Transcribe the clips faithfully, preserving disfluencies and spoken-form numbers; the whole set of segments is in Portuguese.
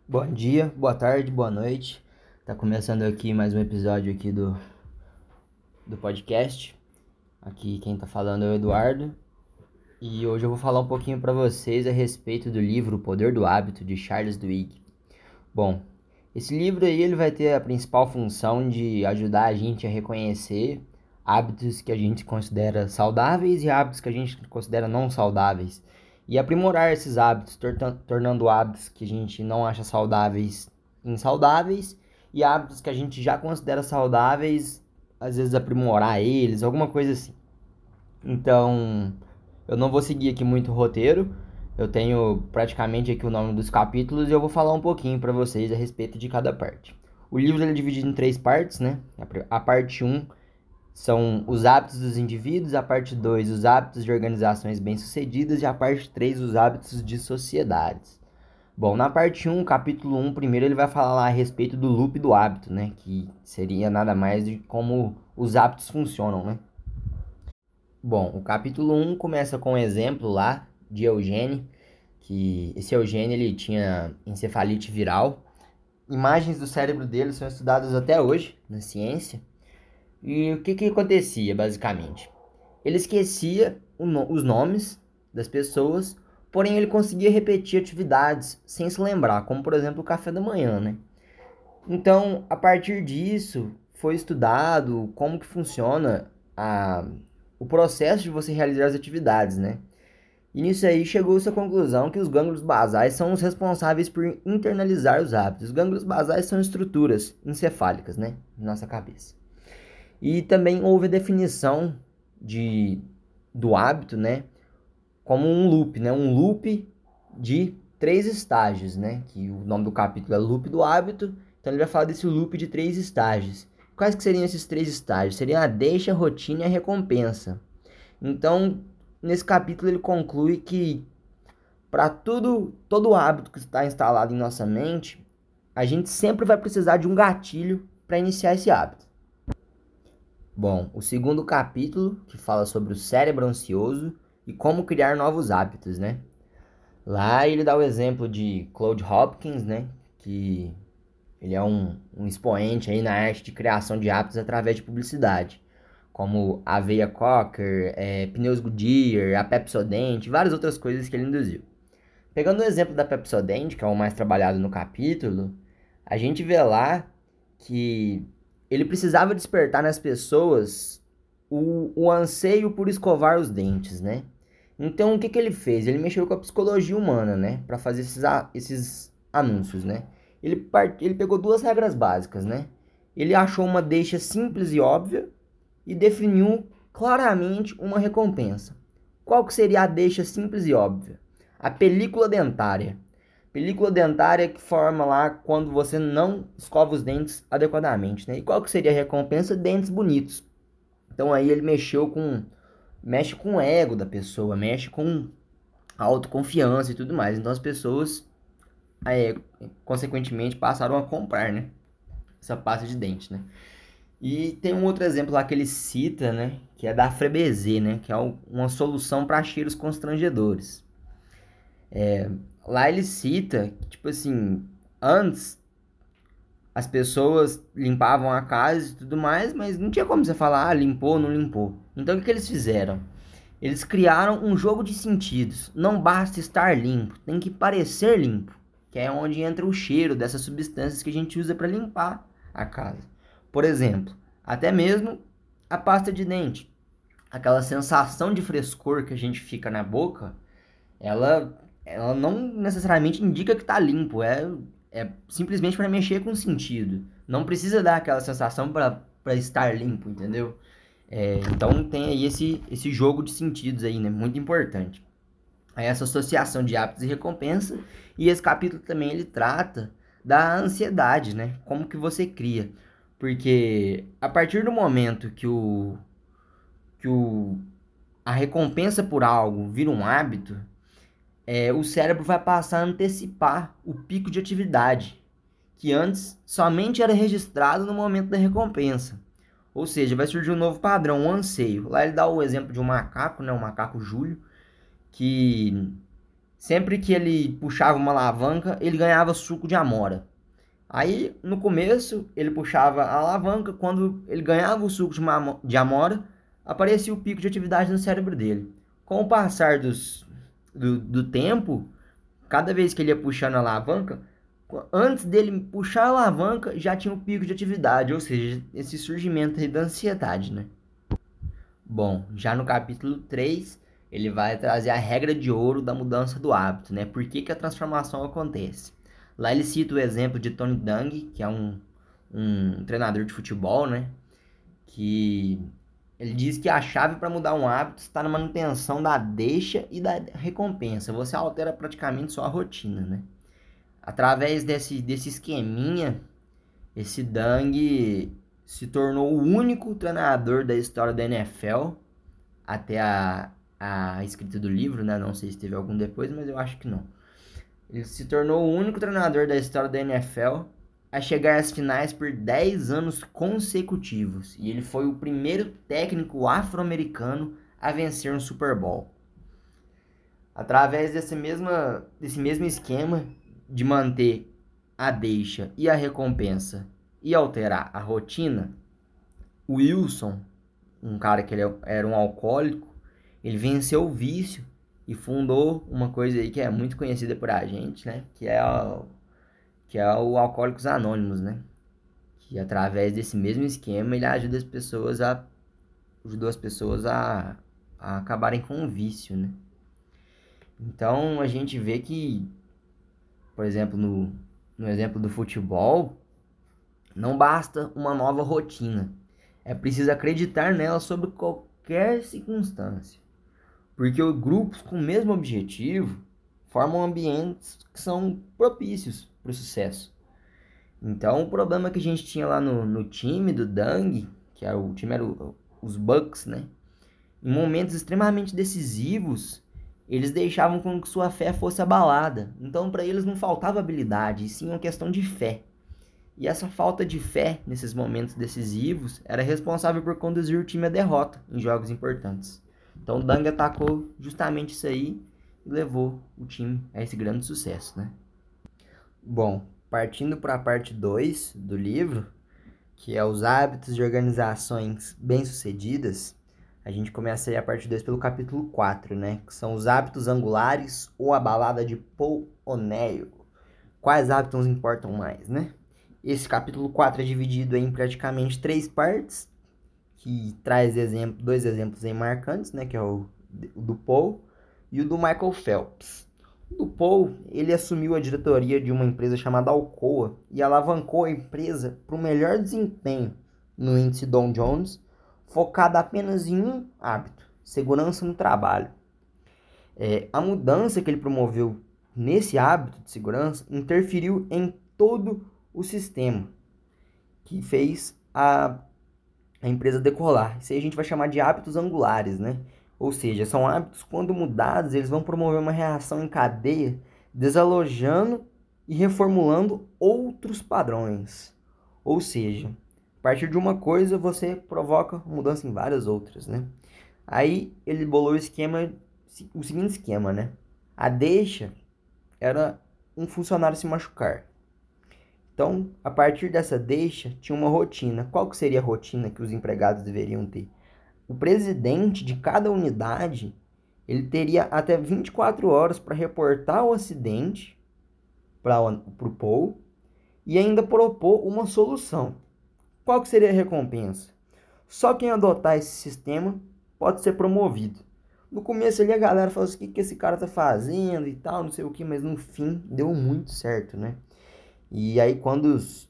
Bom dia, boa tarde, boa noite. Tá começando aqui mais um episódio aqui do, do podcast. Aqui quem tá falando é o Eduardo. E hoje eu vou falar um pouquinho para vocês a respeito do livro O Poder do Hábito, de Charles Duhigg. Bom, esse livro aí ele vai ter a principal função de ajudar a gente a reconhecer hábitos que a gente considera saudáveis e hábitos que a gente considera não saudáveis. E aprimorar esses hábitos, tornando hábitos que a gente não acha saudáveis insaudáveis e hábitos que a gente já considera saudáveis, às vezes aprimorar eles, alguma coisa assim. Então, eu não vou seguir aqui muito o roteiro. Eu tenho praticamente aqui o nome dos capítulos e eu vou falar um pouquinho para vocês a respeito de cada parte. O livro ele é dividido em três partes, né? A parte um são os hábitos dos indivíduos, a parte dois os hábitos de organizações bem-sucedidas e a parte três os hábitos de sociedades. Bom, na parte um, capítulo um, primeiro ele vai falar lá a respeito do loop do hábito, né? Que seria nada mais de como os hábitos funcionam, né? Bom, o capítulo um começa com um exemplo lá de Eugênio, que esse Eugênio ele tinha encefalite viral. Imagens do cérebro dele são estudadas até hoje na ciência. E o que que acontecia, basicamente? Ele esquecia no- os nomes das pessoas, porém ele conseguia repetir atividades sem se lembrar, como por exemplo o café da manhã, né? Então, a partir disso, foi estudado como que funciona a, o processo de você realizar as atividades, né? E nisso aí chegou-se à conclusão que os gânglios basais são os responsáveis por internalizar os hábitos. Os gânglios basais são estruturas encefálicas, né? Na nossa cabeça. E também houve a definição de, do hábito, né? Como um loop, né? Um loop de três estágios, né? Que o nome do capítulo é Loop do Hábito. Então ele vai falar desse loop de três estágios. Quais que seriam esses três estágios? Seriam a deixa, a rotina e a recompensa. Então, nesse capítulo ele conclui que para tudo, todo hábito que está instalado em nossa mente, a gente sempre vai precisar de um gatilho para iniciar esse hábito. Bom, o segundo capítulo, que fala sobre o cérebro ansioso e como criar novos hábitos, né? Lá ele dá o exemplo de Claude Hopkins, né? Que ele é um, um expoente aí na arte de criação de hábitos através de publicidade, como Aveia Cocker, é, Pneus Goodyear, a Pepsodent, várias outras coisas que ele induziu. Pegando o exemplo da Pepsodent, que é o mais trabalhado no capítulo, a gente vê lá que ele precisava despertar nas pessoas o, o anseio por escovar os dentes, né? Então, o que, que ele fez? Ele mexeu com a psicologia humana, né? Para fazer esses, esses anúncios, né? Ele, part... ele pegou duas regras básicas, né? Ele achou uma deixa simples e óbvia e definiu claramente uma recompensa. Qual que seria a deixa simples e óbvia? A película dentária. Película dentária que forma lá quando você não escova os dentes adequadamente, né? E qual que seria a recompensa? Dentes bonitos. Então aí ele mexeu com mexe com o ego da pessoa, mexe com a autoconfiança e tudo mais. Então as pessoas é, consequentemente passaram a comprar, né? Essa pasta de dente, né? E tem um outro exemplo lá que ele cita, né? Que é da Frebezê, né? Que é uma solução para cheiros constrangedores. É, lá ele cita que, tipo assim, antes as pessoas limpavam a casa e tudo mais, mas não tinha como você falar, ah, limpou ou não limpou. Então o que, que eles fizeram? Eles criaram um jogo de sentidos. Não basta estar limpo, tem que parecer limpo, que é onde entra o cheiro dessas substâncias que a gente usa para limpar a casa. Por exemplo, até mesmo a pasta de dente. Aquela sensação de frescor que a gente fica na boca, ela, ela não necessariamente indica que está limpo, é, é simplesmente para mexer com o sentido. Não precisa dar aquela sensação para estar limpo, entendeu? É, então tem aí esse, esse jogo de sentidos aí, né? Muito importante. Aí essa associação de hábitos e recompensa. E esse capítulo também ele trata da ansiedade, né? Como que você cria. Porque a partir do momento que o, que o, a recompensa por algo vira um hábito, é, o cérebro vai passar a antecipar o pico de atividade, que antes somente era registrado no momento da recompensa. Ou seja, vai surgir um novo padrão, um anseio. Lá ele dá o exemplo de um macaco, né, o macaco Júlio, que sempre que ele puxava uma alavanca, ele ganhava suco de amora. Aí, no começo, ele puxava a alavanca, quando ele ganhava o suco de, uma, de amora, aparecia o pico de atividade no cérebro dele. Com o passar dos, do, do tempo, cada vez que ele ia puxando a alavanca, antes dele puxar a alavanca, já tinha o pico de atividade, ou seja, esse surgimento aí da ansiedade, né? Bom, já no capítulo três ele vai trazer a regra de ouro da mudança do hábito, né? Por que que a transformação acontece? Lá ele cita o exemplo de Tony Dungy, que é um, um treinador de futebol, né? Que ele diz que a chave para mudar um hábito está na manutenção da deixa e da recompensa. Você altera praticamente só a rotina, né? Através desse, desse esqueminha, esse Dung se tornou o único treinador da história da N F L até a, a escrita do livro, né? Não sei se teve algum depois, mas eu acho que não. Ele se tornou o único treinador da história da N F L a chegar às finais por dez anos consecutivos. E ele foi o primeiro técnico afro-americano a vencer um Super Bowl. Através desse, mesma, desse mesmo esquema de manter a deixa e a recompensa e alterar a rotina, o Wilson, um cara que ele era um alcoólico, ele venceu o vício e fundou uma coisa aí que é muito conhecida por a gente, né? Que é o, que é o Alcoólicos Anônimos, né? Que através desse mesmo esquema ele ajuda as pessoas a ajudou as pessoas a, a acabarem com o vício, né? Então a gente vê que, por exemplo, no, no exemplo do futebol, não basta uma nova rotina. É preciso acreditar nela sobre qualquer circunstância. Porque os grupos com o mesmo objetivo formam ambientes que são propícios para o sucesso. Então, o problema que a gente tinha lá no, no time do Dung, que era o time era o, os Bucks, né? Em momentos extremamente decisivos, eles deixavam com que sua fé fosse abalada. Então, para eles não faltava habilidade, e sim uma questão de fé. E essa falta de fé nesses momentos decisivos era responsável por conduzir o time à derrota em jogos importantes. Então o Dung atacou justamente isso aí e levou o time a esse grande sucesso, né? Bom, partindo para a parte dois do livro, que é os hábitos de organizações bem-sucedidas, a gente começa aí a parte dois pelo capítulo quatro, né? Que são os hábitos angulares ou a balada de Paul O'Neill. Quais hábitos importam mais, né? Esse capítulo quatro é dividido em praticamente três partes, que traz exemplo, dois exemplos aí marcantes, né? Que é o, o do Paul e o do Michael Phelps. O do Paul, ele assumiu a diretoria de uma empresa chamada Alcoa e alavancou a empresa para o melhor desempenho no índice Dow Jones, focado apenas em um hábito, segurança no trabalho. É, a mudança que ele promoveu nesse hábito de segurança interferiu em todo o sistema, que fez a, a empresa decolar. Isso aí a gente vai chamar de hábitos angulares, né? Ou seja, são hábitos, quando mudados, eles vão promover uma reação em cadeia, desalojando e reformulando outros padrões. Ou seja, a partir de uma coisa, você provoca mudança em várias outras, né? Aí ele bolou o esquema, o seguinte esquema, né? A deixa era um funcionário se machucar. Então, a partir dessa deixa, tinha uma rotina. Qual que seria a rotina que os empregados deveriam ter? O presidente de cada unidade, ele teria até vinte e quatro horas para reportar o acidente para o Paul e ainda propor uma solução. Qual que seria a recompensa? Só quem adotar esse sistema pode ser promovido. No começo ali a galera falou assim, o que, que esse cara tá fazendo e tal, não sei o que, mas no fim deu muito certo, né? E aí quando, os,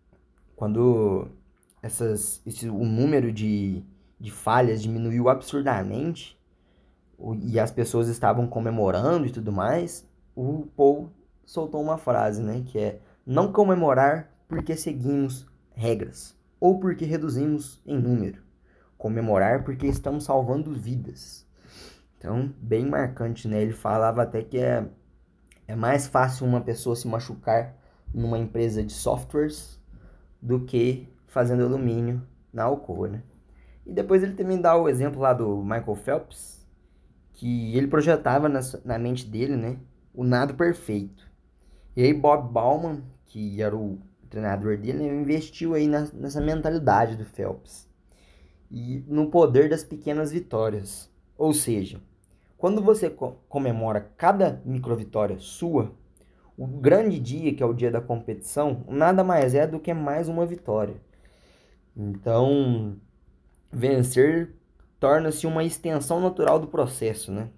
quando essas, esse, o número de, de falhas diminuiu absurdamente o, e as pessoas estavam comemorando e tudo mais, o Paul soltou uma frase, né? Que é, não comemorar porque seguimos regras ou porque reduzimos em número. Comemorar porque estamos salvando vidas. Então, bem marcante, né? Ele falava até que é, é mais fácil uma pessoa se machucar numa empresa de softwares do que fazendo alumínio na Alcoa, né? E depois ele também dá o exemplo lá do Michael Phelps, que ele projetava na, na mente dele, né? o nado perfeito. E aí Bob Bauman, que era o treinador dele, investiu aí nessa mentalidade do Phelps e no poder das pequenas vitórias. Ou seja, quando você comemora cada microvitória sua, o grande dia, que é o dia da competição, nada mais é do que mais uma vitória. Então, vencer torna-se uma extensão natural do processo, né?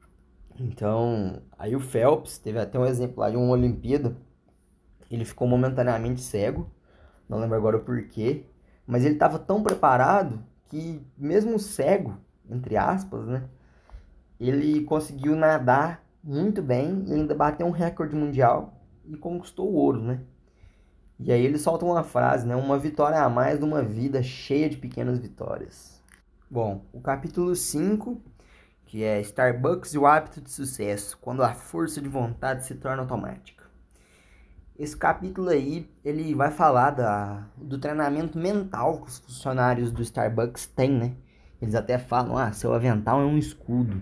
Então, aí o Phelps, teve até um exemplo lá de uma Olimpíada, ele ficou momentaneamente cego, não lembro agora o porquê, mas ele estava tão preparado que, mesmo cego, entre aspas, né? Ele conseguiu nadar muito bem e ainda bateu um recorde mundial e conquistou o ouro, né? E aí ele solta uma frase, né? Uma vitória a mais de uma vida cheia de pequenas vitórias. Bom, o capítulo cinco, que é Starbucks e o hábito de sucesso, quando a força de vontade se torna automática. Esse capítulo aí, ele vai falar da, do treinamento mental que os funcionários do Starbucks têm, né? Eles até falam, ah, seu avental é um escudo.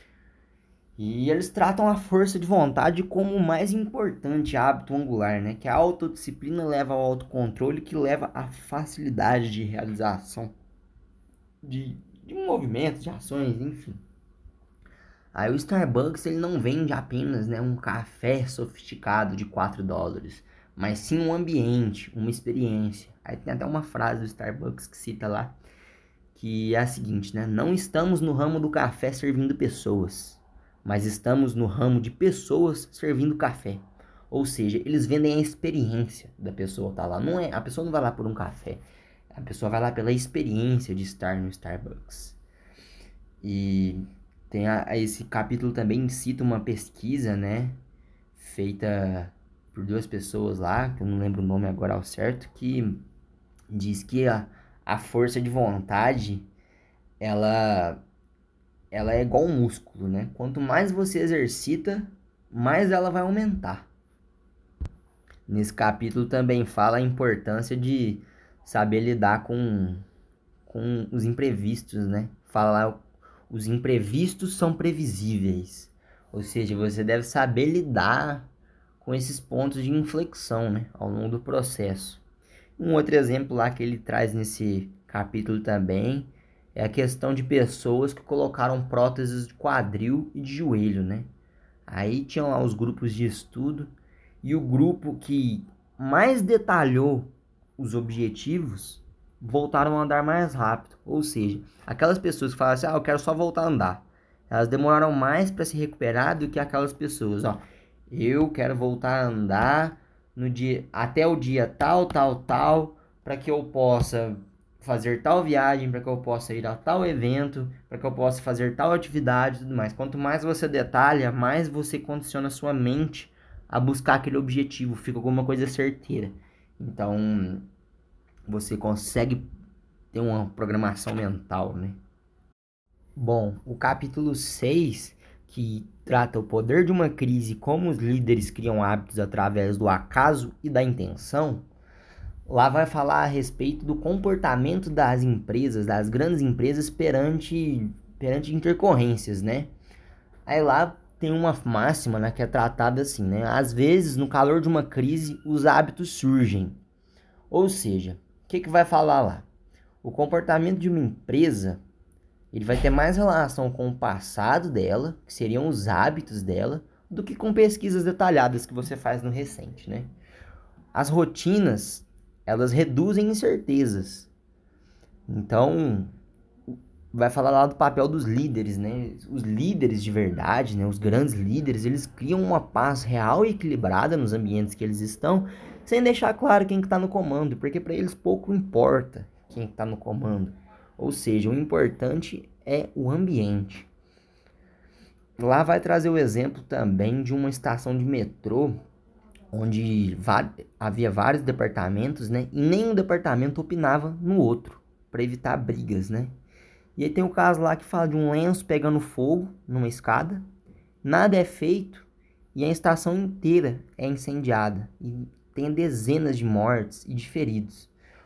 E eles tratam a força de vontade como o mais importante hábito angular, né? Que a autodisciplina leva ao autocontrole, que leva à facilidade de realização de, de movimentos, de ações, enfim. Aí o Starbucks, ele não vende apenas, né, um café sofisticado de quatro dólares, mas sim um ambiente, uma experiência. Aí tem até uma frase do Starbucks que cita lá, que é a seguinte, né? Não estamos no ramo do café servindo pessoas, mas estamos no ramo de pessoas servindo café. Ou seja, eles vendem a experiência da pessoa estar lá. Não é, a pessoa não vai lá por um café. A pessoa vai lá pela experiência de estar no Starbucks. E tem a, esse capítulo também cita uma pesquisa, né? Feita por duas pessoas lá, que eu não lembro o nome agora ao certo, que diz que a, a força de vontade, ela ela é igual um músculo, né? Quanto mais você exercita, mais ela vai aumentar. Nesse capítulo também fala a importância de saber lidar com, com os imprevistos, né? Fala os imprevistos são previsíveis. Ou seja, você deve saber lidar com esses pontos de inflexão, né? Ao longo do processo. Um outro exemplo lá que ele traz nesse capítulo também é a questão de pessoas que colocaram próteses de quadril e de joelho, né? Aí tinham lá os grupos de estudo e o grupo que mais detalhou os objetivos voltaram a andar mais rápido. Ou seja, aquelas pessoas que falaram assim, ah, eu quero só voltar a andar. Elas demoraram mais para se recuperar do que aquelas pessoas, ó. Eu quero voltar a andar no dia, até o dia tal, tal, tal, para que eu possa fazer tal viagem, para que eu possa ir a tal evento, para que eu possa fazer tal atividade e tudo mais. Quanto mais você detalha, mais você condiciona a sua mente a buscar aquele objetivo, fica alguma coisa certeira. Então, você consegue ter uma programação mental, né? Bom, o capítulo seis, que trata o poder de uma crise e como os líderes criam hábitos através do acaso e da intenção, lá vai falar a respeito do comportamento das empresas, das grandes empresas perante, perante intercorrências, né? Aí lá tem uma máxima, né, que é tratada assim, né? Às vezes, no calor de uma crise, os hábitos surgem. Ou seja, o que, que vai falar lá? O comportamento de uma empresa, ele vai ter mais relação com o passado dela, que seriam os hábitos dela, do que com pesquisas detalhadas que você faz no recente, né? As rotinas, elas reduzem incertezas. Então, vai falar lá do papel dos líderes, né? Os líderes de verdade, né? Os grandes líderes, eles criam uma paz real e equilibrada nos ambientes que eles estão, sem deixar claro quem está no comando, porque para eles pouco importa quem está no comando. Ou seja, o importante é o ambiente. Lá vai trazer o exemplo também de uma estação de metrô onde havia vários departamentos, né? E nenhum departamento opinava no outro, para evitar brigas, né? E aí tem o caso lá que fala de um lenço pegando fogo numa escada, nada é feito e a estação inteira é incendiada e tem dezenas de mortes e de feridos.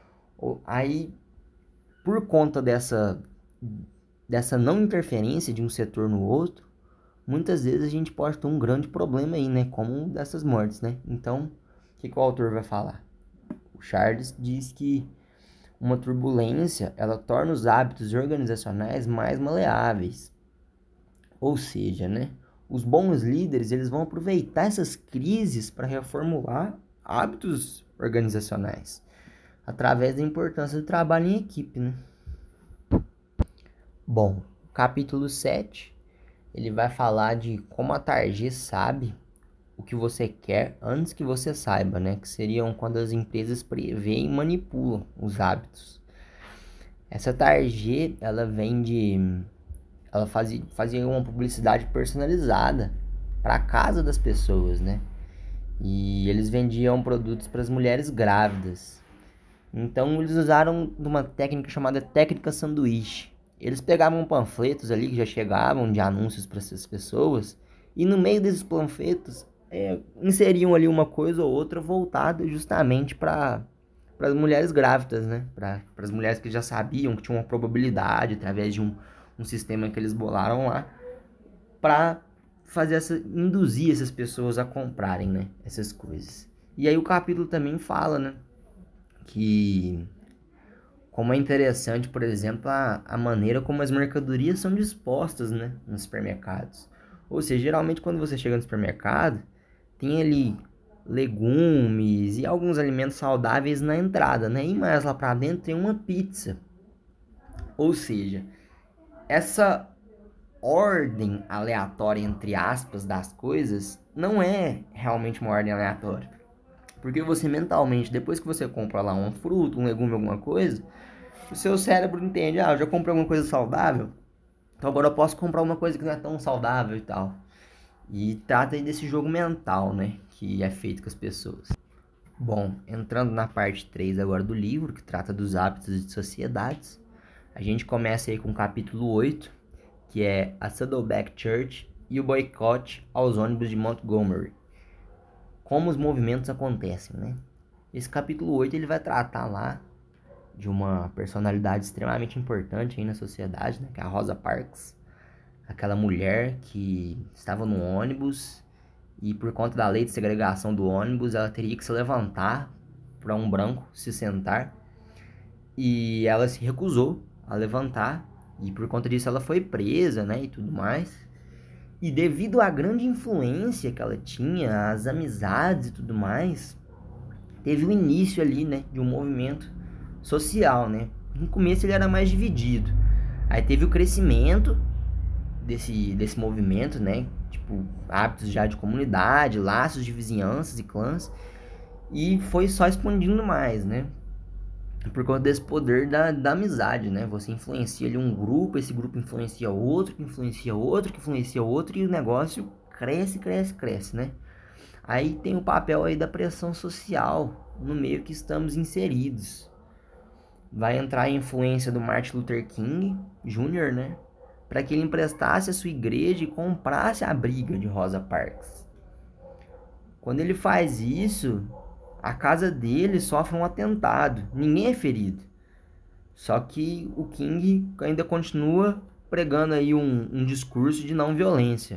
Aí, por conta dessa, dessa não interferência de um setor no outro, muitas vezes a gente pode ter um grande problema aí, né? Como um dessas mortes, né? Então, o que, que o autor vai falar? O Charles diz que uma turbulência, ela torna os hábitos organizacionais mais maleáveis. Ou seja, né? Os bons líderes, eles vão aproveitar essas crises para reformular hábitos organizacionais, através da importância do trabalho em equipe, né? Bom, o capítulo sete, ele vai falar de como a Target sabe o que você quer antes que você saiba, né? Que seriam quando as empresas preveem e manipulam os hábitos. Essa Target, ela vende, ela fazia, fazia uma publicidade personalizada para a casa das pessoas, né? E eles vendiam produtos para as mulheres grávidas. Então eles usaram uma técnica chamada técnica sanduíche. Eles pegavam panfletos ali que já chegavam de anúncios para essas pessoas e no meio desses panfletos é, inseriam ali uma coisa ou outra voltada justamente para para as mulheres grávidas, né? Para as mulheres que já sabiam que tinham uma probabilidade através de um, um sistema que eles bolaram lá para fazer essa induzir essas pessoas a comprarem, né? Essas coisas. E aí o capítulo também fala, né? Que como é interessante, por exemplo, a, a maneira como as mercadorias são dispostas, né, nos supermercados. Ou seja, geralmente quando você chega no supermercado, tem ali legumes e alguns alimentos saudáveis na entrada, né? E mais lá para dentro tem uma pizza. Ou seja, essa ordem aleatória, entre aspas, das coisas não é realmente uma ordem aleatória. Porque você mentalmente, depois que você compra lá um fruto, um legume, alguma coisa, o seu cérebro entende, ah, eu já comprei alguma coisa saudável, então agora eu posso comprar uma coisa que não é tão saudável e tal. E trata aí desse jogo mental, né, que é feito com as pessoas. Bom, entrando na parte três agora do livro, que trata dos hábitos de sociedades, a gente começa aí com o capítulo oito, que é a Saddleback Church e o boicote aos ônibus de Montgomery. Como os movimentos acontecem, né? Esse capítulo oito ele vai tratar lá de uma personalidade extremamente importante aí na sociedade, né? Que é a Rosa Parks. Aquela mulher que estava no ônibus e por conta da lei de segregação do ônibus, ela teria que se levantar para um branco se sentar. E ela se recusou a levantar e por conta disso ela foi presa, né? E tudo mais. E devido à grande influência que ela tinha, as amizades e tudo mais, teve o início ali, né, de um movimento social, né? No começo ele era mais dividido. Aí teve o crescimento desse, desse movimento, né? Tipo, hábitos já de comunidade, laços de vizinhanças e clãs. E foi só expandindo mais, né? Por conta desse poder da, da amizade, né? Você influencia ali um grupo, esse grupo influencia outro, que influencia outro, que influencia outro, e o negócio cresce, cresce, cresce, né? Aí tem o papel aí da pressão social no meio que estamos inseridos. Vai entrar a influência do Martin Luther King Júnior, né? Para que ele emprestasse a sua igreja e comprasse a briga de Rosa Parks. Quando ele faz isso, a casa dele sofre um atentado. Ninguém é ferido. Só que o King ainda continua pregando aí um, um discurso de não violência.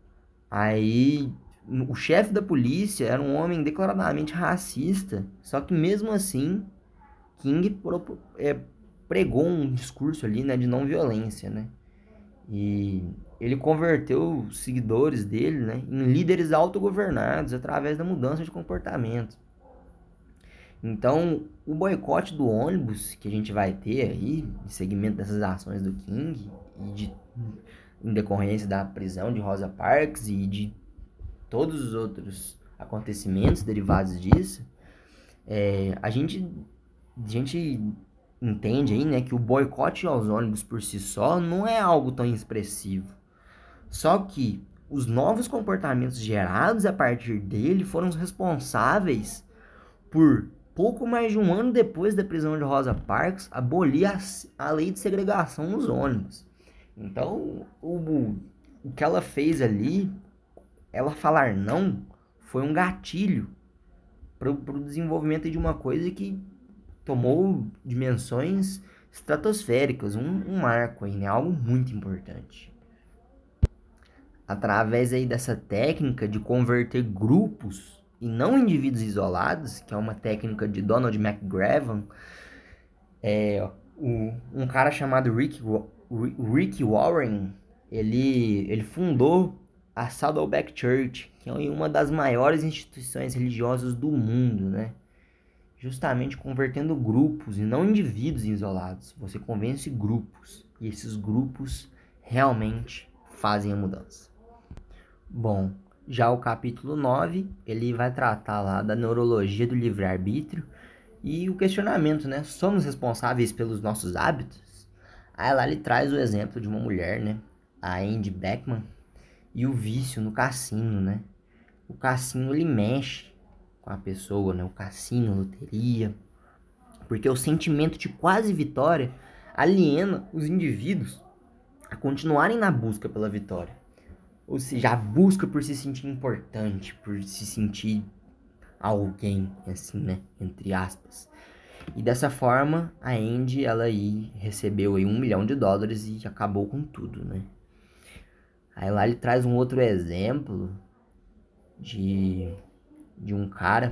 Aí o chefe da polícia era um homem declaradamente racista, só que mesmo assim King pro, é, pregou um discurso ali, né, de não violência, né? E ele converteu os seguidores dele, né, em líderes autogovernados através da mudança de comportamento. Então, o boicote do ônibus que a gente vai ter aí, em segmento dessas ações do King, e de, em decorrência da prisão de Rosa Parks e de todos os outros acontecimentos derivados disso, é, a gente, a gente entende aí, né, que o boicote aos ônibus por si só não é algo tão expressivo. Só que os novos comportamentos gerados a partir dele foram os responsáveis por, pouco mais de um ano depois da prisão de Rosa Parks, abolir a, a lei de segregação nos ônibus. Então, o, o que ela fez ali, ela falar não, foi um gatilho para o desenvolvimento de uma coisa que tomou dimensões estratosféricas, um, um marco aí, né? Algo muito importante. através aí dessa técnica de converter grupos e não indivíduos isolados, que é uma técnica de Donald McGavran, é, o, um cara chamado Rick, Rick Warren, ele, ele fundou a Saddleback Church, que é uma das maiores instituições religiosas do mundo, né? Justamente convertendo grupos e não indivíduos isolados. Você convence grupos e esses grupos realmente fazem a mudança. Bom, já o capítulo nove, ele vai tratar lá da neurologia do livre-arbítrio e o questionamento, né? Somos responsáveis pelos nossos hábitos? Aí lá ele traz o exemplo de uma mulher, né? A Andy Beckman, e o vício no cassino, né? O cassino, ele mexe com a pessoa, né? O cassino, a loteria, porque o sentimento de quase vitória aliena os indivíduos a continuarem na busca pela vitória. Ou seja, a busca por se sentir importante, por se sentir alguém, assim, né? Entre aspas. E dessa forma, a Andy, ela aí recebeu aí um milhão de dólares e acabou com tudo, né? Aí lá ele traz um outro exemplo de, de um cara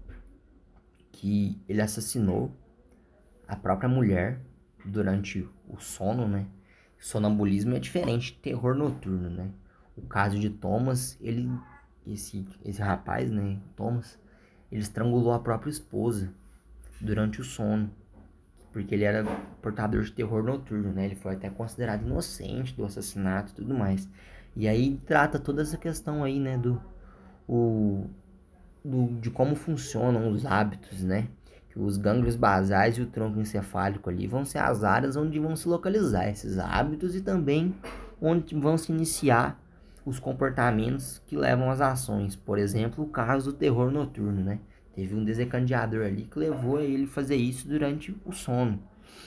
que ele assassinou a própria mulher durante o sono, né? Sonambulismo é diferente de terror noturno, né? O caso de Thomas, ele, esse, esse rapaz, né, Thomas, ele estrangulou a própria esposa durante o sono, porque ele era portador de terror noturno, né? Ele foi até considerado inocente do assassinato e tudo mais. E aí trata toda essa questão aí, né, do, o, do de como funcionam os hábitos, né? Que os gânglios basais e o tronco encefálico ali vão ser as áreas onde vão se localizar esses hábitos e também onde vão se iniciar os comportamentos que levam às ações. Por exemplo, o caso do terror noturno, né? Teve um desencadeador ali que levou a ele fazer isso durante o sono.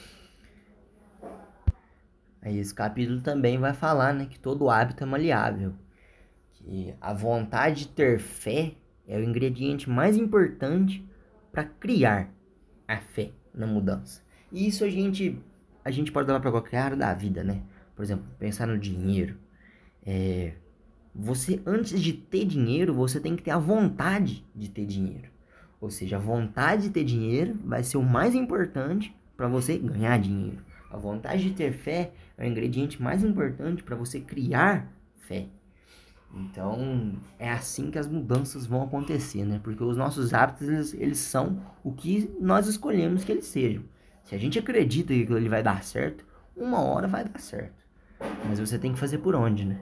Aí esse capítulo também vai falar, né, que todo hábito é maleável. Que a vontade de ter fé é o ingrediente mais importante para criar a fé na mudança. E isso a gente, a gente pode levar para qualquer área da vida, né? Por exemplo, pensar no dinheiro. É, você, antes de ter dinheiro, você tem que ter a vontade de ter dinheiro. Ou seja, a vontade de ter dinheiro vai ser o mais importante para você ganhar dinheiro. A vontade de ter fé é o ingrediente mais importante para você criar fé. Então, é assim que as mudanças vão acontecer, né? Porque os nossos hábitos, eles, eles são o que nós escolhemos que eles sejam. Se a gente acredita que aquilo ali vai dar certo, uma hora vai dar certo. Mas você tem que fazer por onde, né?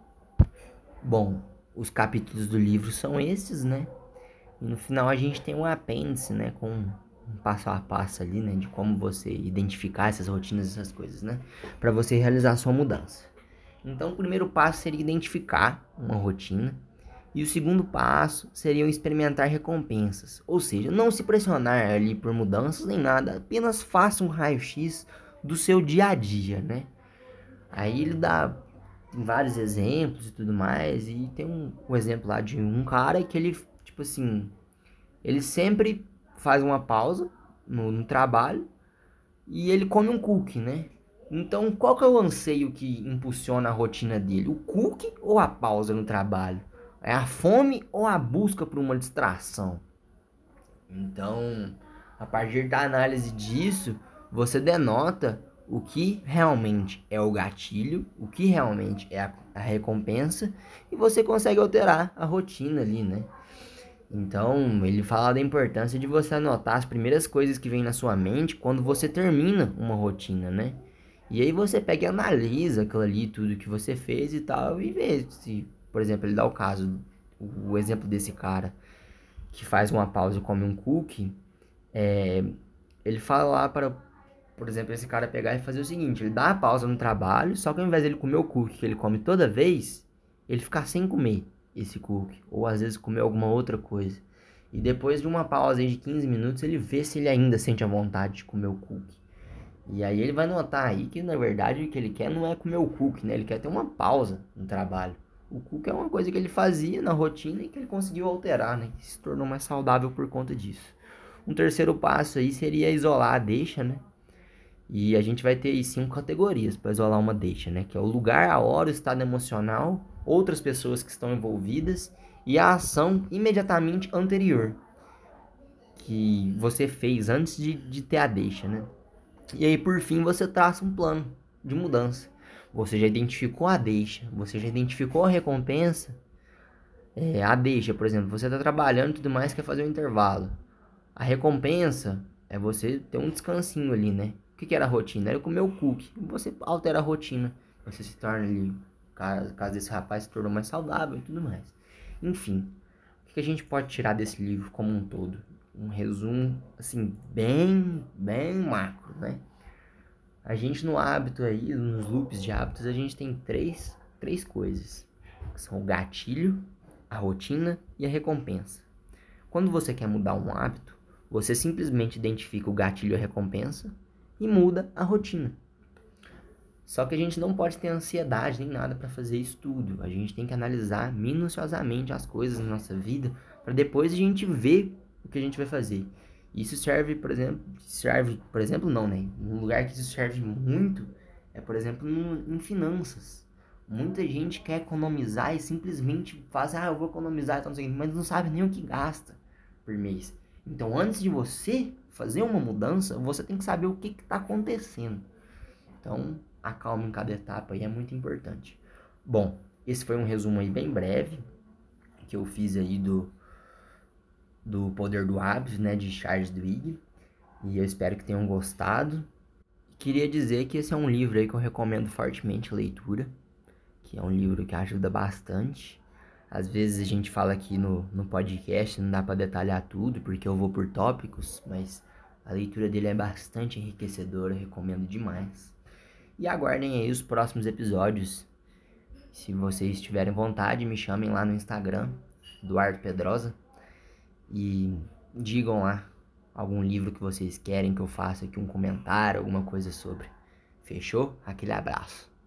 Bom, os capítulos do livro são esses, né? E no final a gente tem um apêndice, né? Com um passo a passo ali, né? De como você identificar essas rotinas, essas coisas, né? Para você realizar a sua mudança. Então, o primeiro passo seria identificar uma rotina. E o segundo passo seria experimentar recompensas. Ou seja, não se pressionar ali por mudanças nem nada. Apenas faça um raio-x do seu dia a dia, né? Aí ele dá vários exemplos e tudo mais. E tem um, um exemplo lá de um cara que ele, tipo assim... Ele sempre faz uma pausa no, no trabalho e ele come um cookie, né? Então, qual que é o anseio que impulsiona a rotina dele? O cookie ou a pausa no trabalho? É a fome ou a busca por uma distração? Então, a partir da análise disso, você denota o que realmente é o gatilho, o que realmente é a, a recompensa, e você consegue alterar a rotina ali, né? Então, ele fala da importância de você anotar as primeiras coisas que vêm na sua mente quando você termina uma rotina, né? E aí você pega e analisa aquilo ali, tudo que você fez e tal, e vê se, por exemplo, ele dá o caso, o exemplo desse cara que faz uma pausa e come um cookie, é, ele fala lá para, por exemplo, esse cara pegar e fazer o seguinte, ele dá a pausa no trabalho, só que ao invés dele comer o cookie que ele come toda vez, ele fica sem comer esse cookie, ou às vezes comer alguma outra coisa. E depois de uma pausa de quinze minutos, ele vê se ele ainda sente a vontade de comer o cookie. E aí ele vai notar aí que, na verdade, o que ele quer não é comer o cookie, né? Ele quer ter uma pausa no trabalho. O cookie é uma coisa que ele fazia na rotina e que ele conseguiu alterar, né? E se tornou mais saudável por conta disso. Um terceiro passo aí seria isolar a deixa, né? E a gente vai ter aí cinco categorias para isolar uma deixa, né? Que é o lugar, a hora, o estado emocional, outras pessoas que estão envolvidas e a ação imediatamente anterior que você fez antes de, de ter a deixa, né? E aí, por fim, você traça um plano de mudança. Você já identificou a deixa, você já identificou a recompensa. É, a deixa, por exemplo, você está trabalhando e tudo mais, quer fazer um intervalo. A recompensa é você ter um descansinho ali, né? O que, que era a rotina? Era comer o cookie. Você altera a rotina. Você se torna ali, caso, caso esse rapaz se tornou mais saudável e tudo mais. Enfim, o que, que a gente pode tirar desse livro como um todo? Um resumo, assim, bem, bem macro, né? A gente no hábito aí, nos loops de hábitos, a gente tem três, três coisas. Que são o gatilho, a rotina e a recompensa. Quando você quer mudar um hábito, você simplesmente identifica o gatilho e a recompensa e muda a rotina. Só que a gente não pode ter ansiedade nem nada para fazer isso tudo. A gente tem que analisar minuciosamente as coisas na nossa vida para depois a gente ver o que a gente vai fazer. Isso serve, por exemplo, serve, por exemplo, não, né? Um lugar que isso serve muito é, por exemplo, no, em finanças. Muita gente quer economizar e simplesmente faz, ah, eu vou economizar, então, mas não sabe nem o que gasta por mês. Então, antes de você fazer uma mudança, você tem que saber o que está acontecendo. Então, a calma em cada etapa aí é muito importante. Bom, esse foi um resumo aí bem breve que eu fiz aí do, do Poder do Hábito, né, de Charles Duhigg. E eu espero que tenham gostado. Queria dizer que esse é um livro aí que eu recomendo fortemente a leitura, que é um livro que ajuda bastante. Às vezes a gente fala aqui no, no podcast, não dá para detalhar tudo, porque eu vou por tópicos, mas a leitura dele é bastante enriquecedora, eu recomendo demais. E aguardem aí os próximos episódios. Se vocês tiverem vontade, me chamem lá no Instagram, Eduardo Pedrosa, e digam lá algum livro que vocês querem que eu faça aqui, um comentário, alguma coisa sobre. Fechou? Aquele abraço.